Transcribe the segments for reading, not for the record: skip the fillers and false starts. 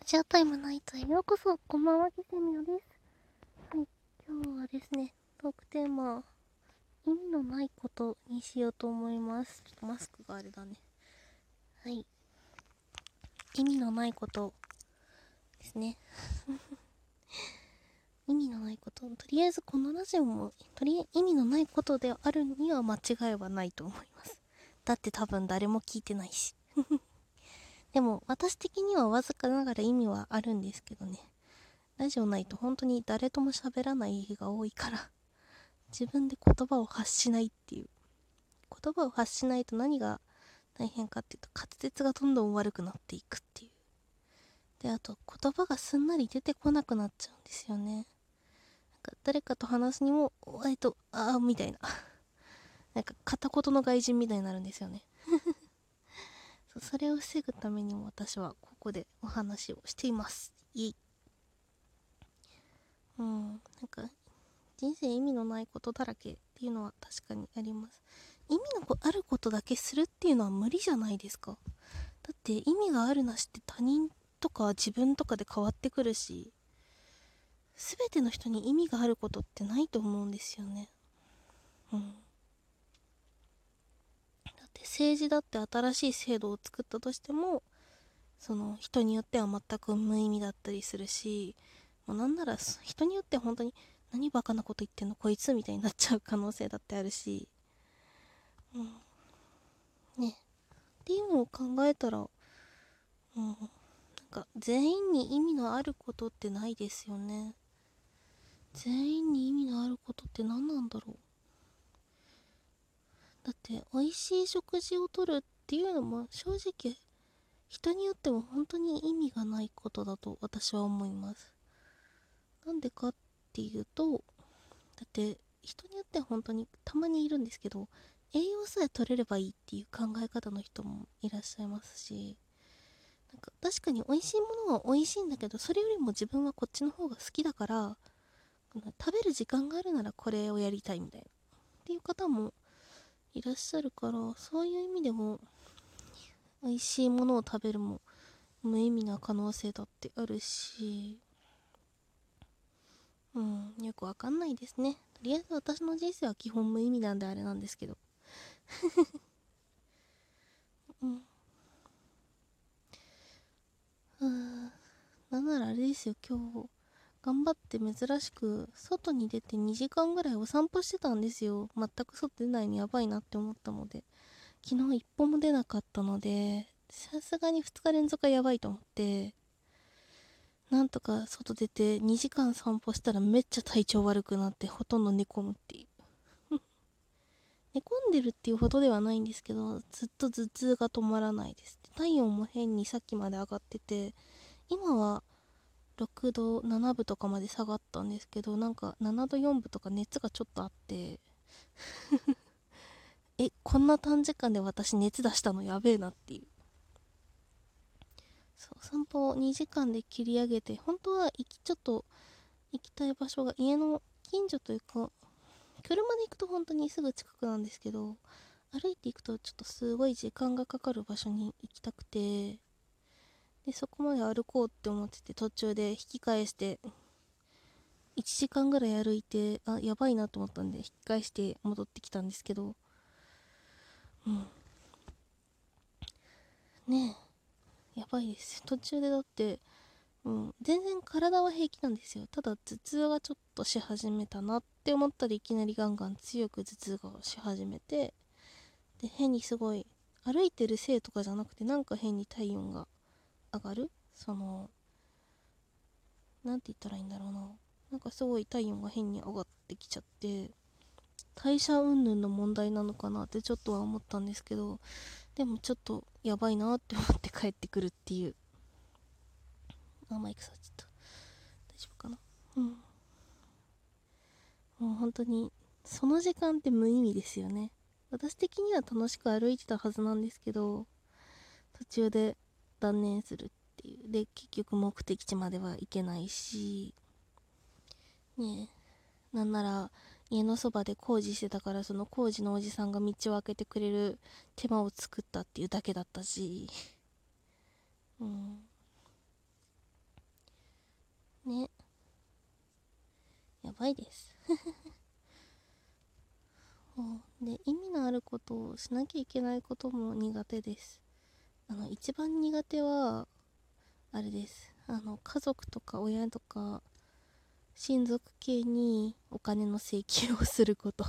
ジオタイムナイトへようこそ。こんばんは、キセミオです。はい、今日はですね、トークテーマ、意味のないことにしようと思います。ちょっとマスクがあれだね。はい、意味のないことですね。意味のないこと。とりあえずこのラジオも、意味のないことであるには間違いはないと思います。だって多分誰も聞いてないし。でも私的にはわずかながら意味はあるんですけどね。ラジオないと本当に誰とも喋らない日が多いから自分で言葉を発しないっていう。言葉を発しないと何が大変かっていうと、滑舌がどんどん悪くなっていくっていう。で、あと言葉がすんなり出てこなくなっちゃうんですよね。なんか誰かと話すにもみたいななんか片言の外人みたいになるんですよね。それを防ぐためにも私はここでお話をしています。イエイ。なんか人生意味のないことだらけっていうのは確かにあります。意味のあることだけするっていうのは無理じゃないですか。だって意味があるなしって他人とか自分とかで変わってくるし、全ての人に意味があることってないと思うんですよね。だって政治だって新しい制度を作ったとしても、その人によっては全く無意味だったりするし、もうなんなら人によっては本当に何バカなこと言ってんのこいつみたいになっちゃう可能性だってあるし、ね、っていうのを考えたら、なんか全員に意味のあることってないですよね。全員に意味のあることって何なんだろう。だって美味しい食事をとるっていうのも正直人によっても本当に意味がないことだと私は思います。なんでかっていうと、だって人によっては本当にたまにいるんですけど、栄養さえ取れればいいっていう考え方の人もいらっしゃいますし、なんか確かに美味しいものは美味しいんだけど、それよりも自分はこっちの方が好きだから、食べる時間があるならこれをやりたいみたいなっていう方もいらっしゃるから、そういう意味でも美味しいものを食べるも無意味な可能性だってあるし、よくわかんないですね。とりあえず私の人生は基本無意味なんであれなんですけど、うんなんならあれですよ、今日頑張って珍しく外に出て2時間ぐらいお散歩してたんですよ。全く外出ないのやばいなって思ったので、昨日一歩も出なかったので、さすがに2日連続はやばいと思って、なんとか外出て2時間散歩したらめっちゃ体調悪くなってほとんど寝込むっていう。寝込んでるっていうほどではないんですけど、ずっと頭痛が止まらないです。体温も変にさっきまで上がってて、今は6度7分とかまで下がったんですけど、なんか7度4分とか熱がちょっとあって、こんな短時間で私熱出したのやべえなっていう。そう、散歩を2時間で切り上げて、本当はちょっと行きたい場所が家の近所というか、車で行くと本当にすぐ近くなんですけど、歩いていくとちょっとすごい時間がかかる場所に行きたくて、でそこまで歩こうって思ってて、途中で引き返して1時間ぐらい歩いて、やばいなと思ったんで引き返して戻ってきたんですけど、うんねえ、やばいです。途中でだって、全然体は平気なんですよ。ただ頭痛がちょっとし始めたなって思ったらいきなりガンガン強く頭痛がし始めて、で変にすごい歩いてるせいとかじゃなくて、なんか変に体温が上がる、なんて言ったらいいんだろうな、なんかすごい体温が変に上がってきちゃって、代謝云々の問題なのかなってちょっとは思ったんですけど、でもちょっとやばいなって思って帰ってくるっていう。マイクさちょっと大丈夫かな。もう本当にその時間って無意味ですよね。私的には楽しく歩いてたはずなんですけど、途中で断念するっていう。で結局目的地までは行けないしね。なんなら家のそばで工事してたから、その工事のおじさんが道を開けてくれる手間を作ったっていうだけだったし、うんばいです。で、意味のあることをしなきゃいけないことも苦手です。一番苦手はあれです。家族とか親とか親族系にお金の請求をすること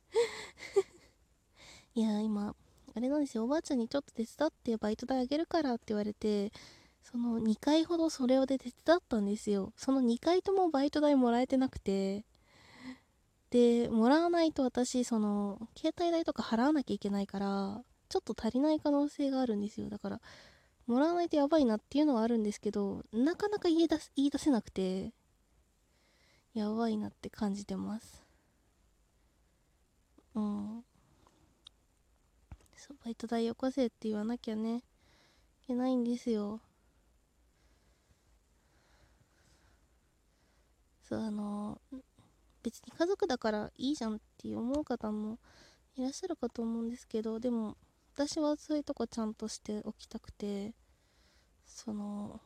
いや今あれなんですよ、おばあちゃんにちょっと手伝ってバイト代あげるからって言われて、その2回ほどそれをで手伝ったんですよ。その2回ともバイト代もらえてなくて、でもらわないと私その携帯代とか払わなきゃいけないから、ちょっと足りない可能性があるんですよ。だからもらわないとやばいなっていうのはあるんですけど、なかなか言い出せなくて、やばいなって感じてます。うん。そう、バイト代よこせって言わなきゃね、いけないんですよ。そう、別に家族だからいいじゃんって思う方もいらっしゃるかと思うんですけど、でも私はそういうとこちゃんとしておきたくて、その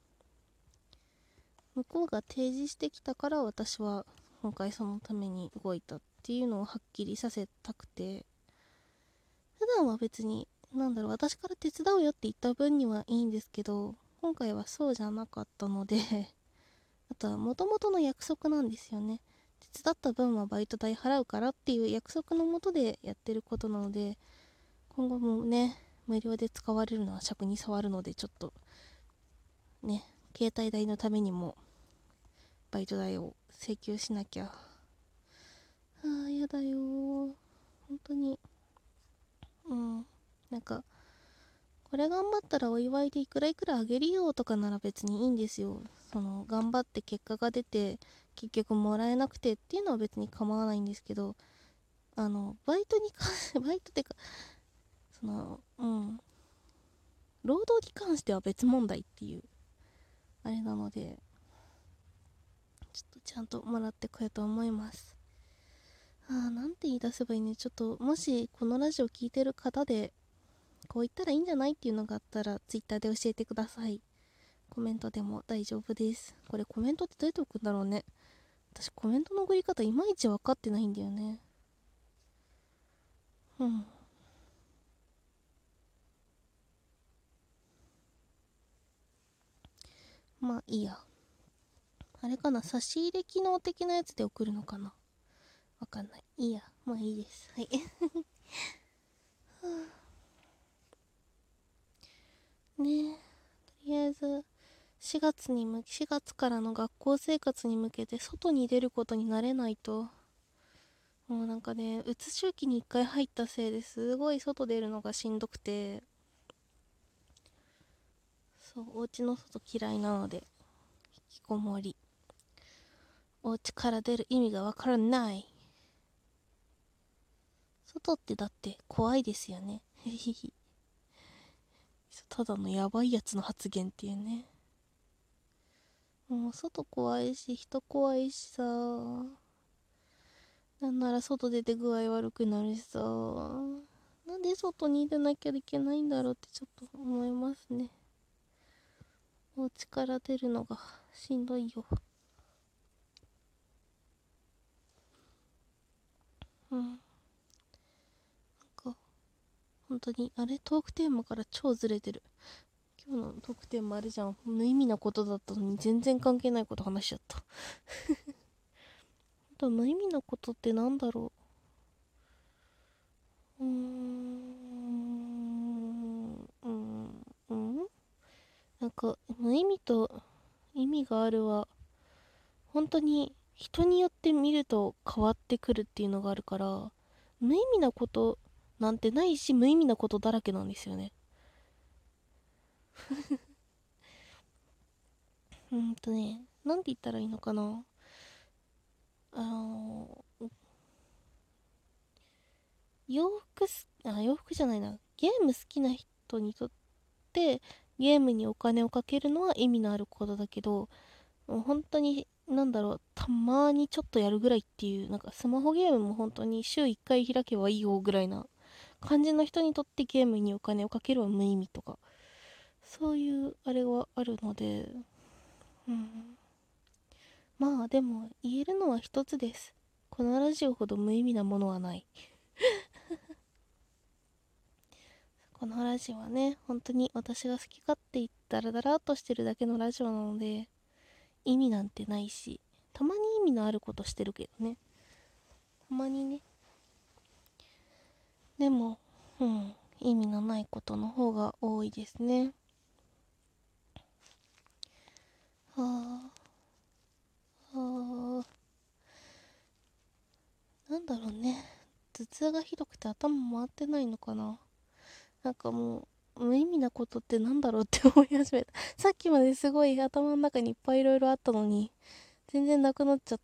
向こうが提示してきたから私は今回そのために動いたっていうのをはっきりさせたくて、普段は別に私から手伝うよって言った分にはいいんですけど、今回はそうじゃなかったのであとは元々の約束なんですよね。手伝った分はバイト代払うからっていう約束のもとでやってることなので、今後もね、無料で使われるのは尺に触るので、ちょっとね、携帯代のためにもバイト代を請求しなきゃ。やだよー。本当に。うん。なんか、これ頑張ったらお祝いでいくらいくらあげるよとかなら別にいいんですよ。頑張って結果が出て、結局もらえなくてっていうのは別に構わないんですけど、バイトに関して、バイトってか、労働に関しては別問題っていう、あれなので、ちょっとちゃんともらってこようと思います。なんて言い出せばいいね。ちょっと、もしこのラジオ聞いてる方で、こう言ったらいいんじゃないっていうのがあったら、ツイッターで教えてください。コメントでも大丈夫です。これコメントってどうやって送るんだろうね。私コメントの送り方いまいち分かってないんだよね。うん。まあいいや。あれかな、差し入れ機能的なやつで送るのかな。わかんない。いいや。まあいいです。はい。ねえ。とりあえず、4月からの学校生活に向けて外に出ることになれないと、もうなんかね、うつ周期に1回入ったせいですごい外出るのがしんどくて、そう、お家の外嫌いなので、引きこもり。お家から出る意味がわからない。外ってだって怖いですよね。ただのやばいやつの発言っていうね。もう外怖いし、人怖いしさ。なんなら外出て具合悪くなるしさ。なんで外に出なきゃいけないんだろうってちょっと思いますね。お家から出るのがしんどいよ。うん。なんか、本当に、あれトークテーマから超ずれてる。今日のトークテーマあれじゃん。無意味なことだったのに全然関係ないこと話しちゃった。あと無意味なことってなんだろう。なんか、無意味と意味があるは、本当に人によって見ると変わってくるっていうのがあるから、無意味なことなんてないし、無意味なことだらけなんですよね。なんて言ったらいいのかな。あの洋服じゃないな。ゲーム好きな人にとってゲームにお金をかけるのは意味のあることだけど、もう本当にたまにちょっとやるぐらいっていう、なんかスマホゲームも本当に週1回開けばいいよぐらいな感じの人にとってゲームにお金をかけるは無意味とか、そういうあれはあるので、うん、 まあでも言えるのは一つです。このラジオほど無意味なものはない。このラジオはね、本当に私が好き勝手言ったらだらーっとしてるだけのラジオなので、意味なんてないし、たまに意味のあることしてるけどね。たまにね。でも、意味のないことの方が多いですね。はあ、はあ、なんだろうね。頭痛がひどくて頭回ってないのかな。なんかもう、無意味なことってなんだろうって思い始めた。さっきまですごい頭の中にいっぱいいろいろあったのに、全然なくなっちゃった。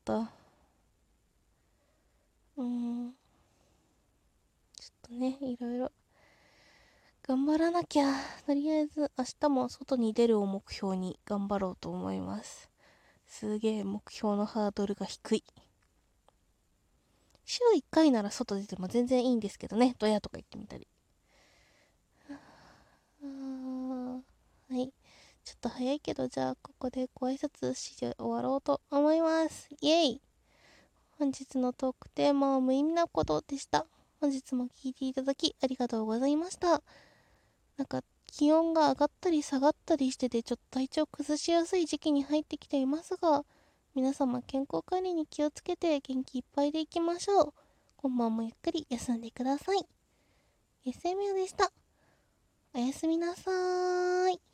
ちょっとね、いろいろ頑張らなきゃ。とりあえず明日も外に出るを目標に頑張ろうと思います。すげえ目標のハードルが低い。週1回なら外出ても全然いいんですけどね。ドヤとか言ってみたり。はい。ちょっと早いけど、じゃあここでご挨拶して終わろうと思います。イエイ。本日のトークテーマは無意味なことでした。本日も聞いていただきありがとうございました。なんか気温が上がったり下がったりしててちょっと体調崩しやすい時期に入ってきていますが、皆様健康管理に気をつけて元気いっぱいでいきましょう。今晩もゆっくり休んでください。SMU でした。おやすみなさーい。